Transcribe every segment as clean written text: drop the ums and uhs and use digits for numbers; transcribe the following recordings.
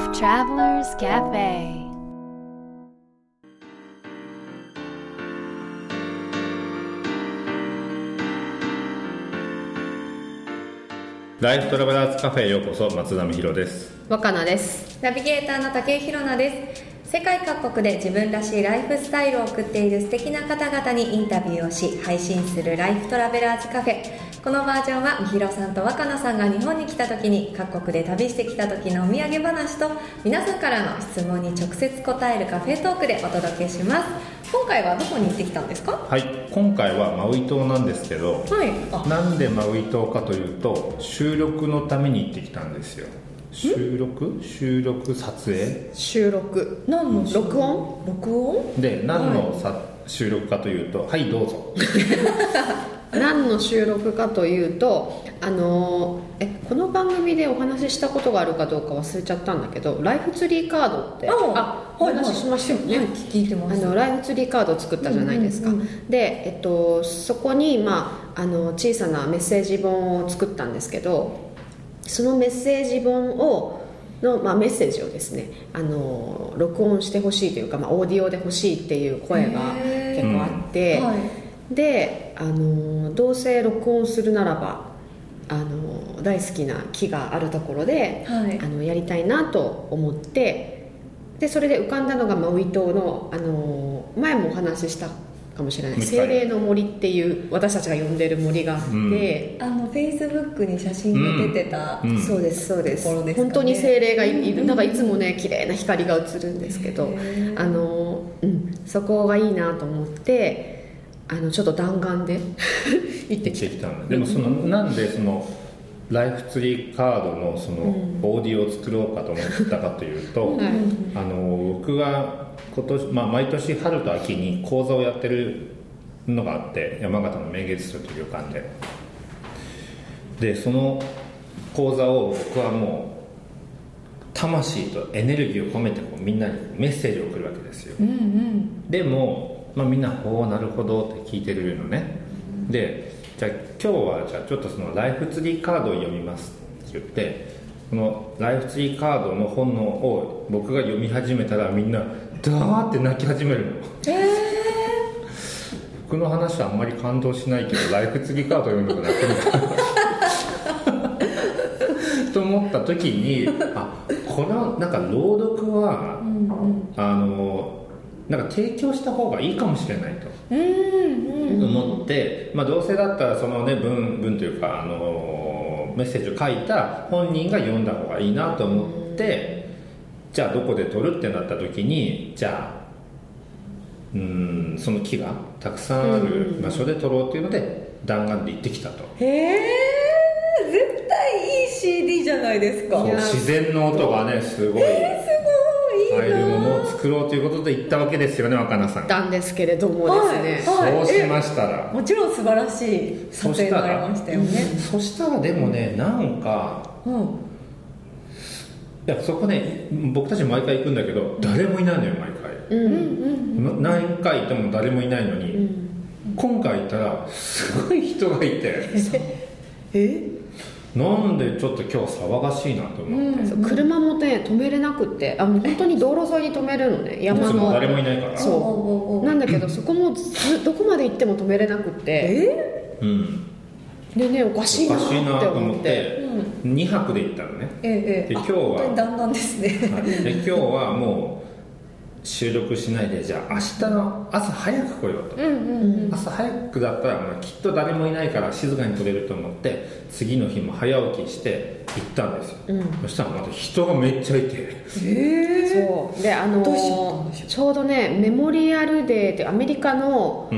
Travelers Cafe。 ライフトラベラーズカフェへようこそ。松田美弘です。 若菜です。 ナビゲーターの竹井宏奈です。世界各国で自分らしいライフスタイルを送っている素敵な方々にインタビューをし配信するライフトラベラーズカフェ。このバージョンは美弘さんと若菜さんが日本に来た時に各国で旅してきた時のお土産話と皆さんからの質問に直接答えるカフェトークでお届けします。今回はどこに行ってきたんですか？ はい、今回はマウイ島なんですけど、 はい、 なんでマウイ島かというと収録のために行ってきたんですよ。収録撮影収録何の録音で何の収録かというと、はいどうぞ何の収録かというとこの番組でお話ししたことがあるかどうか忘れちゃったんだけど、ライフツリーカードってお話ししましたよね。 はい、聞いてます。 ライフツリーカードを作ったじゃないですか。で、そこに、小さなメッセージ本を作ったんですけど、そのメッセージ本のメッセージをですね録音してほしいというか、オーディオで欲しいっていう声が結構あって、でどうせ録音するならば大好きな木があるところで、やりたいなと思って、でそれで浮かんだのがマウイ島の、前もお話ししたかもしれない精霊の森っていう私たちが呼んでる森があって、 Facebook に写真が出てた、 そうですそうです、 ところですかね。 本当に精霊がいる、なんかいつもね綺麗な光が映るんですけど、そこがいいなと思ってちょっと弾丸で行ってきたんでもなんでそのライフツリーカードのそのオーディオを作ろうかと思ったかというと、僕が今年、毎年春と秋に講座をやってるのがあって、山形の明月という旅館でその講座を僕はもう魂とエネルギーを込めてみんなにメッセージを送るわけですよ。でも、みんななるほどって聞いてるのね。でじゃあ今日はちょっとそのライフツリーカードを読みますって言って、このライフツリーカードの本を僕が読み始めたらみんなダーって泣き始めるの。僕の話はあんまり感動しないけどライフツリーカード読んでも泣くみたいなと思った時に、このなんか朗読はなんか提供した方がいいかもしれないと思って、どうせだったらそのね文というかメッセージを書いた本人が読んだ方がいいなと思って、じゃあどこで撮るってなった時に、じゃあその木がたくさんある場所で撮ろうっていうので弾丸で行ってきたと。 絶対いい CD じゃないですか。 自然の音がねすごい入るものを作ろうということで行ったわけですよね、若菜さん。 なんですけれどもですね、 そうしましたらもちろん素晴らしい撮影になりましたよね。 そしたらでもね、なんか、いやそこね僕たち毎回行くんだけど誰もいないのよ、毎回。何回行っても誰もいないのに、今回行ったらすごい人がいてなんでちょっと今日騒がしいなと思って、 車もね止めれなくって、本当に道路沿いに止めるのね、山の。 誰もいないから。 そうなんだけどそこもどこまで行っても止めれなくって、でねおかしいなって思って 2泊で行ったのね。で今日は本当に弾丸ですね。 で今日はもう収録しないで、じゃあ明日の朝早く来ようと。朝早くだったらきっと誰もいないから静かに撮れると思って、次の日も早起きして行ったんですよ。そしたらまた人がめっちゃいて、 そうでどうしちゃったんでしょう。 ちょうどねメモリアルデーってアメリカの、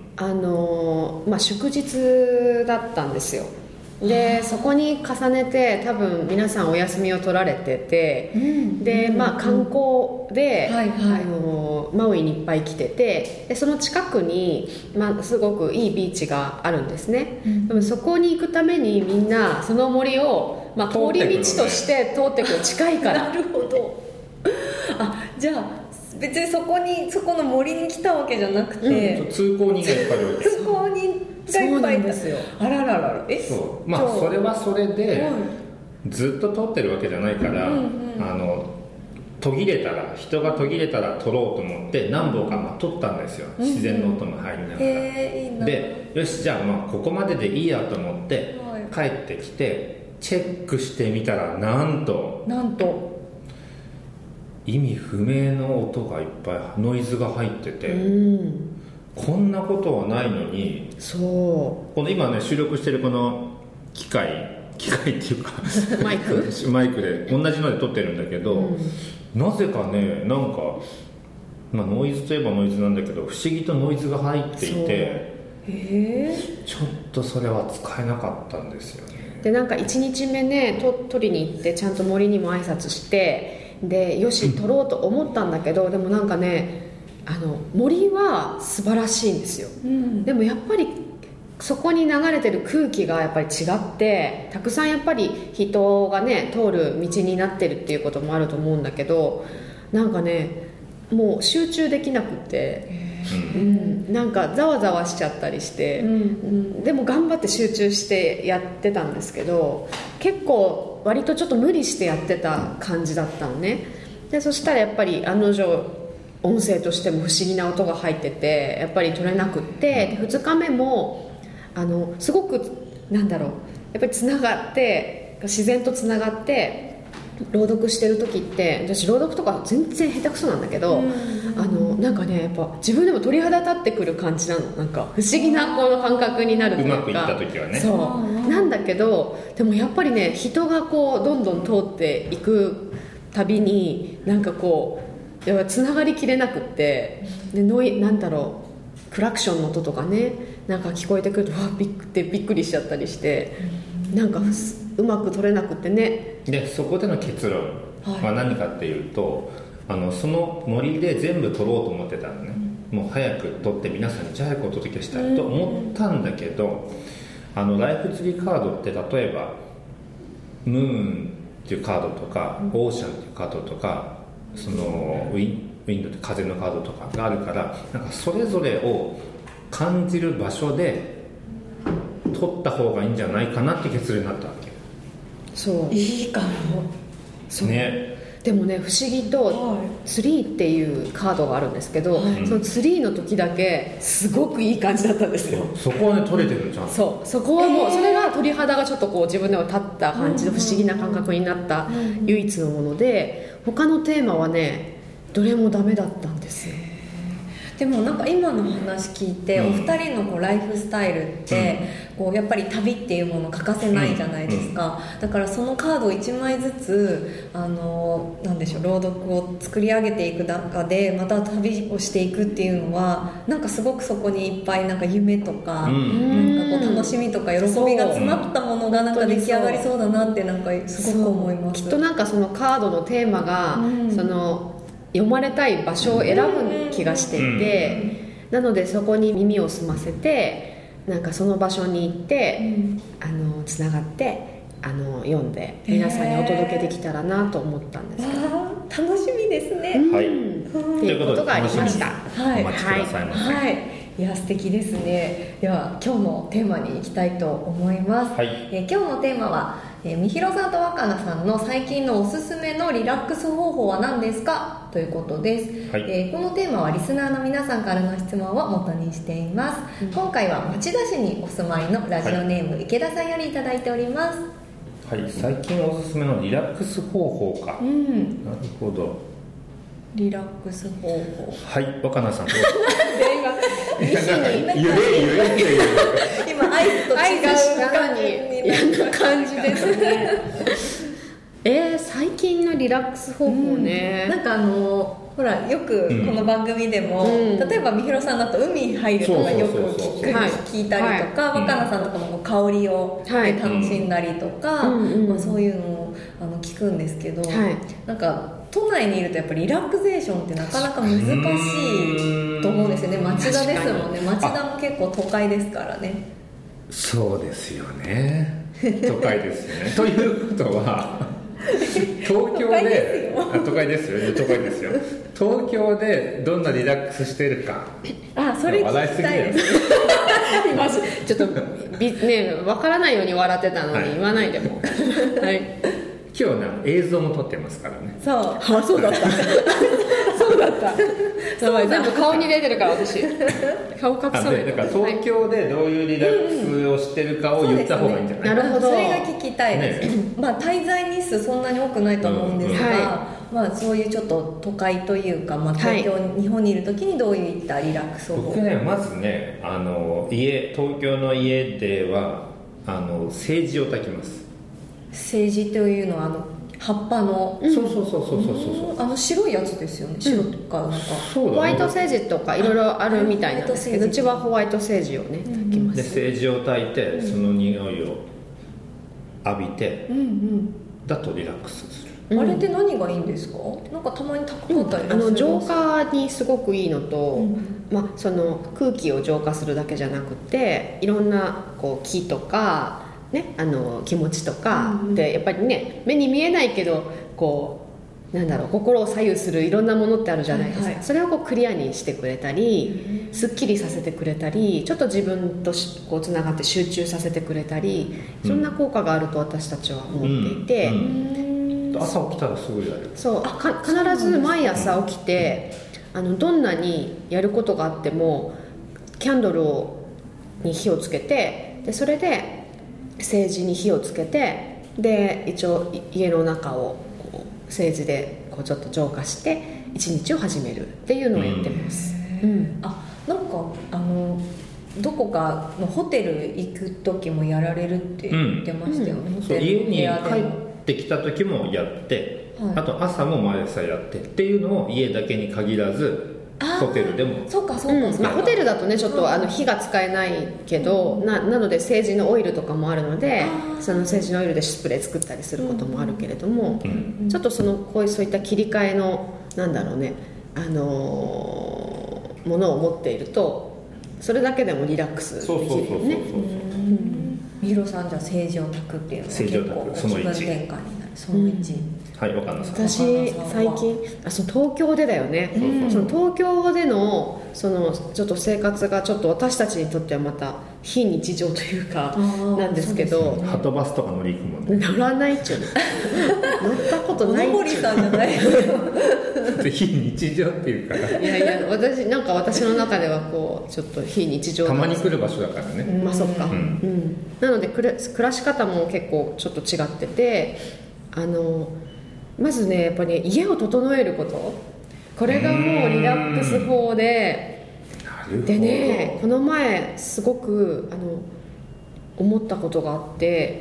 祝日だったんですよ。でそこに重ねて多分皆さんお休みを取られてて、で観光で、マウイにいっぱい来てて、でその近くに、すごくいいビーチがあるんですね。でもそこに行くためにみんなその森を、通り道として通ってくる、近いからなるほど。じゃあ別にそこの森に来たわけじゃなくて、 通行人がいっぱいいるわけ。 通行人がいっぱいいたんですよ。あららら。 そうそれはそれで、ずっと撮ってるわけじゃないから、 人が途切れたら撮ろうと思って何本か撮ったんですよ、自然の音も入りながら、 いいな。 でよしじゃあここまででいいやと思って帰ってきてチェックしてみたらなんと意味不明の音がいっぱいノイズが入ってて、こんなことはないのに、この今ね収録してるこの機械っていうかマイクで同じので撮ってるんだけど、なぜかねなんか、ノイズといえばノイズなんだけど不思議とノイズが入っていて、ちょっとそれは使えなかったんですよね。 でなんか1日目ね取りに行ってちゃんと森にも挨拶してでよし撮ろうと思ったんだけど、でもなんかね森は素晴らしいんですよ、でもやっぱりそこに流れてる空気がやっぱり違って、たくさんやっぱり人がね通る道になってるっていうこともあると思うんだけど、なんかねもう集中できなくて、なんかざわざわしちゃったりして、でも頑張って集中してやってたんですけど、結構割とちょっと無理してやってた感じだったのね。でそしたらやっぱり案の定音声としても不思議な音が入っててやっぱり取れなくって、2日目もすごくやっぱりつながって自然とつながって朗読してる時って、私朗読とか全然下手くそなんだけど、なんかねやっぱ自分でも鳥肌立ってくる感じなの、なんか不思議なこの感覚になるというか、 うまくいった時はねそうなんだけど、でもやっぱりね人がこうどんどん通っていくたびになんかこうやっぱつながりきれなくって、でクラクションの音とかねなんか聞こえてくるとびっくりしちゃったりして、なんかうまく取れなくってね。 でそこでの結論は何かっていうと、その森で全部撮ろうと思ってたのね、もう早く撮って皆さんに早くお届けしたいと思ったんだけど、ライフツリーカードって例えばムーンっていうカードとか、オーシャンっていうカードとか、そのウィンドって風のカードとかがあるから、なんかそれぞれを感じる場所で撮った方がいいんじゃないかなって結論になったわけ。 そういいかも。 そうね。 でもね不思議とツリーっていうカードがあるんですけど、そのツリーの時だけすごくいい感じだったんですよ。 そこはね撮れてるじゃん。 そこはもうそれが鳥肌がちょっとこう自分でも立った感じの不思議な感覚になった唯一のもので、他のテーマはねどれもダメだったんですよ。 でもなんか今の話聞いて、お二人のこうライフスタイルって、こうやっぱり旅っていうもの欠かせないじゃないですか、だからそのカードを1枚ずつなんでしょう、朗読を作り上げていく中でまた旅をしていくっていうのはなんかすごくそこにいっぱいなんか夢とか、なんかこう楽しみとか喜びが詰まったものがなんか出来上がりそうだなってなんかすごく思います。 きっとなんかそのカードのテーマが、その読まれたい場所を選ぶ気がしていて、なのでそこに耳を澄ませてなんかその場所に行って、つながって読んで皆さんにお届けできたらなと思ったんですけど、 楽しみですね、 っていうことがありました。 お待ちくださいませ。 いや素敵ですね。では今日のテーマに行きたいと思います、今日のテーマはみひろさんと若菜さんの最近のおすすめのリラックス方法は何ですかということです、このテーマはリスナーの皆さんからの質問を元にしています、今回は町田市にお住まいのラジオネーム、池田さんよりいただいております。 最近おすすめのリラックス方法か、なるほど。 リラックス方法、 若菜さん今アイスと違う感じですね最近のリラックス方法ね、 なんかほらよくこの番組でも、例えばみひろさんだと海入るとかよく聞いたりとか、若菜さんとかも香りを楽しんだりとか、そういうのを聞くんですけど、なんか都内にいるとやっぱりリラクゼーションってなかなか難しいと思うんですよね。町田ですもんね。町田も結構都会ですからね。 そうですよね、都会ですよねということは東京で都会ですよね、都会ですよ。東京でどんなリラックスしているか、 それ聞きたいです今ちょっとね分からないように笑ってたのに言わないでも今日映像も撮ってますからね。 そうあ、そうだったそうだったやばい、全部顔に出てるから私顔隠さないだから東京でどういうリラックスをしてるかを言った方がいいんじゃない、 なるほど、 それが聞きたいです、まあ滞在日数そんなに多くないと思うんですが、まあそういうちょっと都会というか、まあ東京、日本にいる時にどういったリラックスを。 僕ね、まずね、東京の家ではセージを焚きます。 セージというのは葉っぱの、 そう白いやつですよね、白とかなんか、 ホワイトセージとかいろいろあるみたいなんですけど、うちはホワイトセージをね焚きます。 でセージを焚いてその匂いを浴びて、だとリラックスする。 あれって何がいいんですか？なんかたまに高かったりする。 浄化にすごくいいのと、まあ、その空気を浄化するだけじゃなくて、いろんなこう木とかね、気持ちとかでやっぱりね、目に見えないけどこうなんだろう、心を左右するいろんなものってあるじゃないですか、それをこうクリアにしてくれたり、すっきりさせてくれたり、ちょっと自分とこうつながって集中させてくれたり、そんな効果があると私たちは思っていて、 朝起きたらすぐやる。 そう、必ず毎朝起きて、どんなにやることがあってもキャンドルに火をつけて、でそれでセージに火をつけて、で一応家の中をこうセージでこうちょっと浄化して一日を始めるっていうのをやってます、 なんかどこかのホテル行く時もやられるって言ってましたよね、 そう、家に帰ってきた時もやって、あと朝も毎朝やってっていうのを家だけに限らずホテルでも。 そうか、 まあ、ホテルだとねちょっと火が使えないけど、なのでセージのオイルとかもあるので、そのセージのオイルでスプレー作ったりすることもあるけれども、ちょっとそういった切り替えのなんだろうね、ものを持っているとそれだけでもリラックスできるよね。 みひろさん、じゃあセージを焚くっていうのは結構気分転換になる。その1、 はい、岡野さん。 私最近その東京でだよね、その東京でのちょっと生活がちょっと私たちにとってはまた非日常というかなんですけど、 はとバスとか乗り行くもんね。 乗らないっちゅうの乗ったことないっちゅうの。 さんじゃない非日常っていうか、 いや私の中ではこうちょっと非日常たまに来る場所だからね。 まあそっか、なので暮らし方も結構ちょっと違ってて、まずねやっぱり、ね、家を整えること、これがもうリラックス法で、でね、この前すごく思ったことがあって、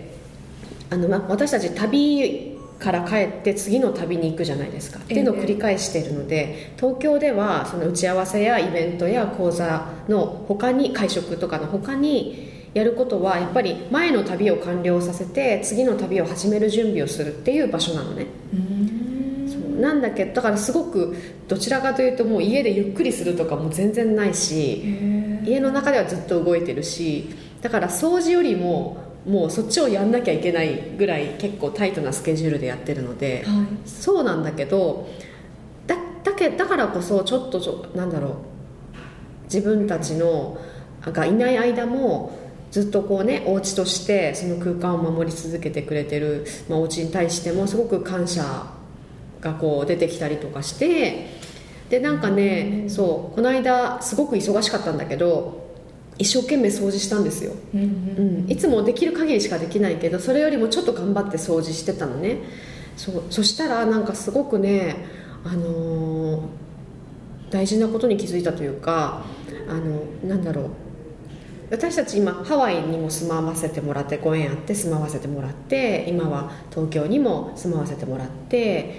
私たち旅から帰って次の旅に行くじゃないですか、っていうのを繰り返しているので、東京ではその打ち合わせやイベントや講座の他に、会食とかの他にやることはやっぱり前の旅を完了させて次の旅を始める準備をするっていう場所なのね。そうなんだけど、だからすごくどちらかというともう家でゆっくりするとかも全然ないし、家の中ではずっと動いてるし、だから掃除よりももうそっちをやんなきゃいけないぐらい結構タイトなスケジュールでやってるので、そうなんだけど、だからこそちょっとなんだろう、自分たちのがいない間もずっとこうね、お家としてその空間を守り続けてくれてる、お家に対してもすごく感謝がこう出てきたりとかして、でなんかね、そうこの間すごく忙しかったんだけど一生懸命掃除したんですよ、いつもできる限りしかできないけど、それよりもちょっと頑張って掃除してたのね。そしたらなんかすごくね、大事なことに気づいたというか、なんだろう、私たち今ハワイにも住まわせてもらって、ご縁あって住まわせてもらって、今は東京にも住まわせてもらって、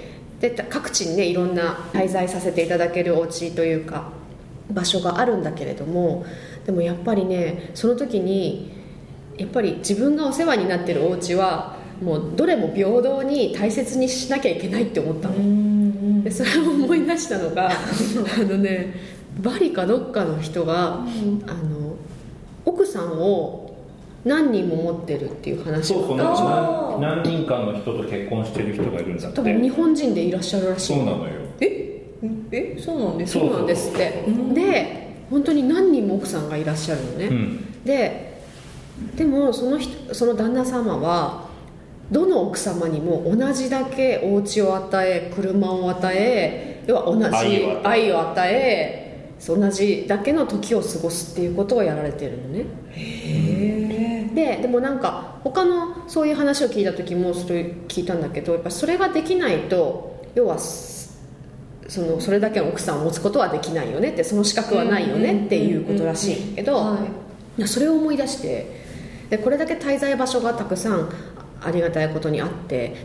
で各地にねいろんな滞在させていただけるお家というか場所があるんだけれども、でもやっぱりね、その時にやっぱり自分がお世話になってるお家はもうどれも平等に大切にしなきゃいけないって思ったの。でそれを思い出したのがバリかどっかの人が、奥さんを何人も持ってるっていう話を、何人かの人と結婚してる人がいるんだって。 多分日本人でいらっしゃるらしい。 そうなのよ。 そうなんです。 そうなんですって。で本当に何人も奥さんがいらっしゃるのね、でもその旦那様はどの奥様にも同じだけお家を与え車を与え、要は同じ愛を与え、同じだけの時を過ごすっていうことをやられてるのね。でもなんか他のそういう話を聞いた時もそれ聞いたんだけど、やっぱそれができないと、要はそれだけの奥さんを持つことはできないよねって、その資格はないよねっていうことらしいんだけど、それを思い出して、でこれだけ滞在場所がたくさんありがたいことにあって、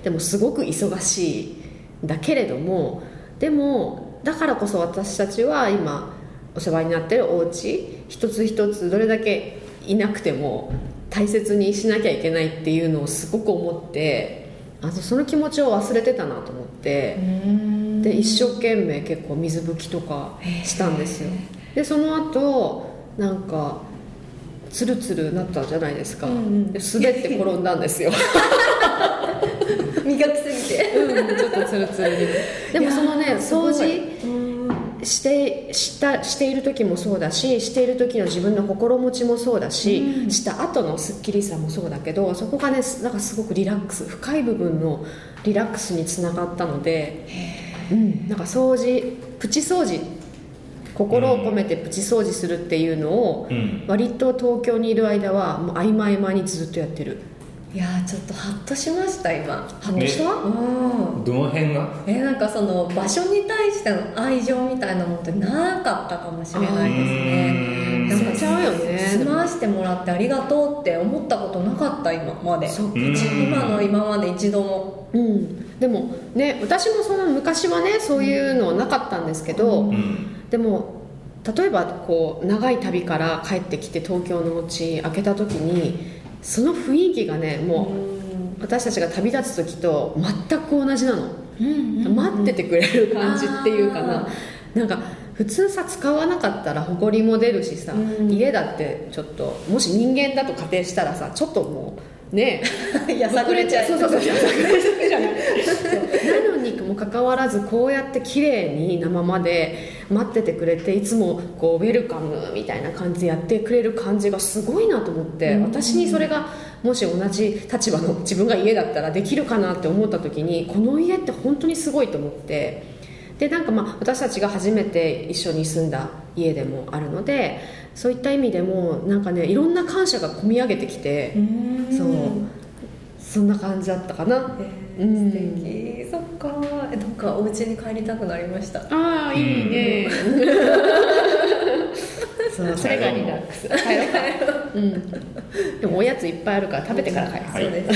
でもすごく忙しいんだけれども、でもだからこそ私たちは今お世話になってるお家一つ一つどれだけいなくても大切にしなきゃいけないっていうのをすごく思って、その気持ちを忘れてたなと思って、で一生懸命結構水拭きとかしたんですよ。でその後なんかツルツルなったじゃないですか、で滑って転んだんですよ磨きすぎてちょっとツルツルに。でもそのね、掃除している時もそうだし、している時の自分の心持ちもそうだし、した後のスッキリさもそうだけど、そこがねなんかすごくリラックス、深い部分のリラックスにつながったので、なんか掃除、プチ掃除、心を込めてプチ掃除するっていうのを、割と東京にいる間はもう合間合間にずっとやってる。 いやちょっとハッとしました今。 ハッとした？ どの辺が？ なんかその場所に対しての愛情みたいなものってなかったかもしれないですね。なんかちゃうよね。 住まわしてもらってありがとうって思ったことなかった今まで。今まで一度も。 でもね、私もその昔はねそういうのなかったんですけど、でも例えばこう長い旅から帰ってきて東京のお家開けた時に、その雰囲気がね、もう私たちが旅立つ時と全く同じなの。待っててくれる感じっていうかな。なんか普通さ、使わなかったら埃も出るしさ、家だってちょっともし人間だと仮定したらさ、ちょっともうねやさぐれちゃう。 そうやさぐれちゃうなのにもかかわらずこうやって綺麗に生まで待っててくれて、いつもこうウェルカムみたいな感じでやってくれる感じがすごいなと思って、私にそれがもし同じ立場の自分が家だったらできるかなって思った時に、この家って本当にすごいと思って。でなんか私たちが初めて一緒に住んだ家でもあるので、そういった意味でもなんかね、いろんな感謝が込み上げてきて、そんな感じだったかな。 素敵。そっか。なんかお家に帰りたくなりました。 ああ、いいね。それがリラックス。帰ろう。でもおやついっぱいあるから食べてから帰る。 そうです。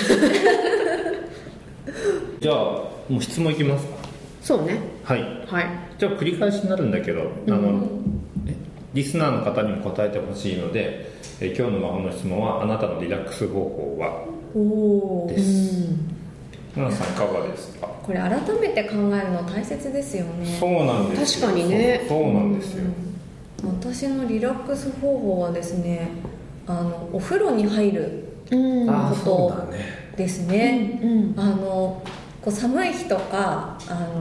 じゃあもう質問いきますか。 そうね。 はい。じゃあ繰り返しになるんだけど、リスナーの方にも答えてほしいので、今日の魔法の質問は、あなたのリラックス方法はです。奈々さんいかがですか？ これ改めて考えるの大切ですよね。 そうなんですよ。 確かにね。 そうなんですよ。 私のリラックス方法はですね、お風呂に入ることですね。こう寒い日とか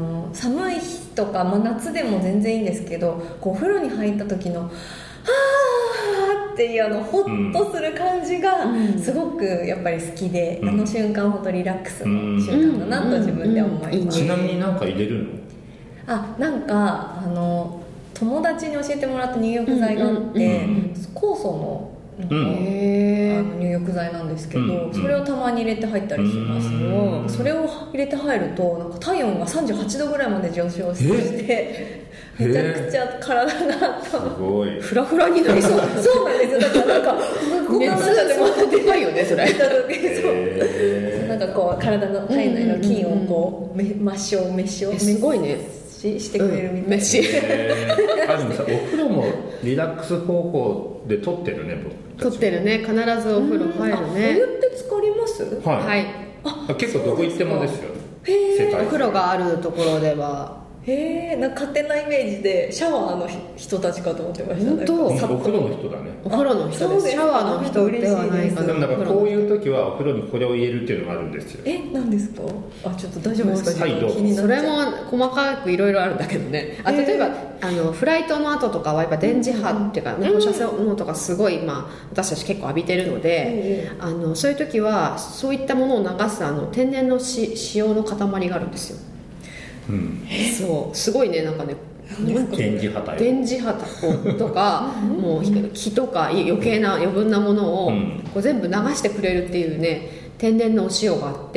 夏でも全然いいんですけど、こうお風呂に入った時のはーっていうホッとする感じがすごくやっぱり好きで、あの瞬間本当リラックスの瞬間だなと自分で思います。 ちなみに何か入れるの？ なんか友達に教えてもらった入浴剤があって、酵素の入浴剤なんですけど、それをたまに入れて入ったりしますよ。それを入れて入るとなんか体温が38度ぐらいまで上昇してめちゃくちゃ体がすごいフラフラになりそう。 そうなんですよ。だからなんか熱でかいよねそれ。 そうなんかこう体の体内の菌をこう抹消すごいねしてくれるみたいな。 でもさ、お風呂もリラックス方法で取ってるね。 取ってるね。必ずお風呂入るね。 お湯って浸かります？ はい。 結構どこ行ってもですよ。 お風呂があるところではなんか勝手なイメージでシャワーの人たちかと思ってました。 本当？ お風呂の人だね。 お風呂の人です。シャワーの人ではないかな。 でもなんかこういう時はお風呂にこれを入れるっていうのがあるんですよ。 何ですか？ちょっと大丈夫ですか？ はい、どうぞ。 それも細かくいろいろあるんだけどね。例えばフライトの後とかはやっぱ電磁波っていうか、放射性能とかすごい、私たち結構浴びてるので、そういう時はそういったものを流す天然の塩の塊があるんですよ。そうすごいね、なんかね、 電磁波電磁波とかもう木とか余計な余分なものをこう全部流してくれるっていうね、天然のお塩があって、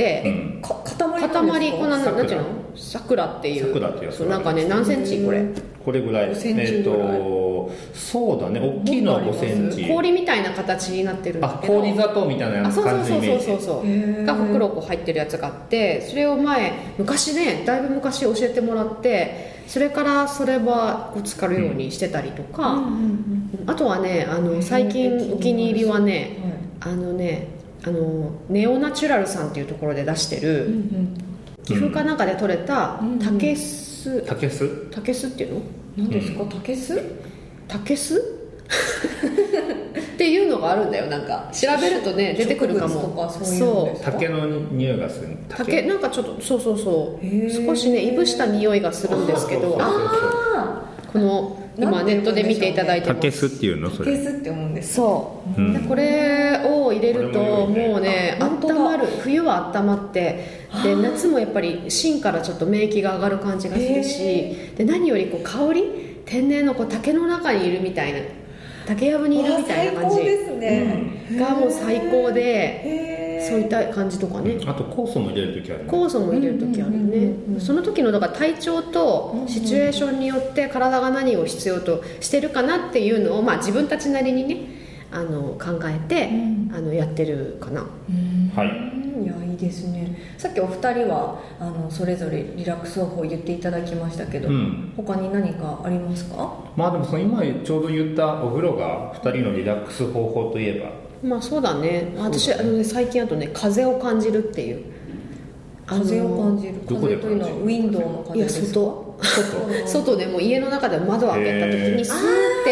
塊こんな、なんていうの、桜っていうそうなんかね、何センチこれぐらい、そうだね、大きいのは5センチ、 氷みたいな形になってるんだけど、 氷砂糖みたいな感じのイメージが袋こう入ってるやつがあって、それを昔ね、だいぶ昔教えてもらって、それからそれはこう浸かるようにしてたりとか、あとはね、最近お気に入りはね、ネオナチュラルさんっていうところで出してる、岐阜かなんかで採れた竹酢っていうの？ 何ですか？ 竹酢っていうのがあるんだよ。なんか調べるとね出てくるかも。 そう竹の匂いがする。 なんかちょっとそう少しねいぶした匂いがするんですけど、この今ネットで見ていただいてます。 竹酢っていうの？それ竹酢って思うんです。 そうでこれを入れるともうね、温まる。冬は温まってで、夏もやっぱり芯からちょっと免疫が上がる感じがするし、で何よりこう香り、天然のこう竹の中にいるみたいな、竹やぶにいるみたいな感じがもう最高で、そういった感じとかね。 あと酵素も入れる時あるね。 酵素も入れる時あるね。その時のだから体調とシチュエーションによって体が何を必要としてるかなっていうのを、自分たちなりにね考えてやってるかな。 はい。 いや、いいですね。さっきお二人はそれぞれリラックス方法を言っていただきましたけど、他に何かありますか？ でも今ちょうど言ったお風呂が2人のリラックス方法といえば、 そうだね。私最近とね、風を感じるっていう。 風を感じる。 どこで風というのはウィンドウの風ですか？ 外でも家の中で窓を開けた時にスーって、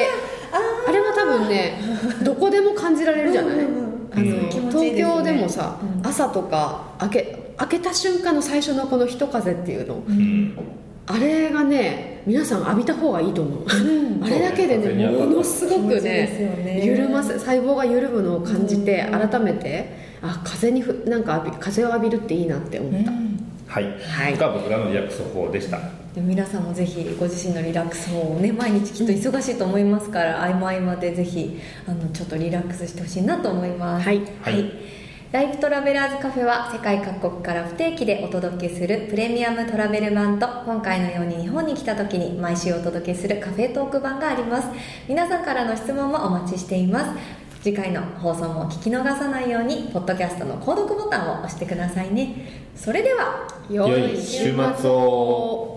あれは多分ねどこでも感じられるじゃない。東京でもさ、朝とか開けた瞬間の最初のこの一風っていうの、あれがね皆さん浴びた方がいいと思う。あれだけでねものすごくね緩ませ、細胞が緩むのを感じて、改めて風を浴びるっていいなって思った。 が僕らのリラックス方法でした。 皆さんもぜひご自身のリラックス法をね、毎日きっと忙しいと思いますから、合間合間でぜひちょっとリラックスしてほしいなと思います。ライフトラベラーズカフェは世界各国から不定期でお届けするプレミアムトラベル版と、今回のように日本に来た時に毎週お届けするカフェトーク版があります。皆さんからの質問もお待ちしています。次回の放送も聞き逃さないようにポッドキャストの購読ボタンを押してくださいね。それでは良い週末を。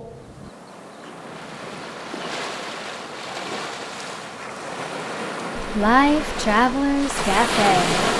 Life Travelers Cafe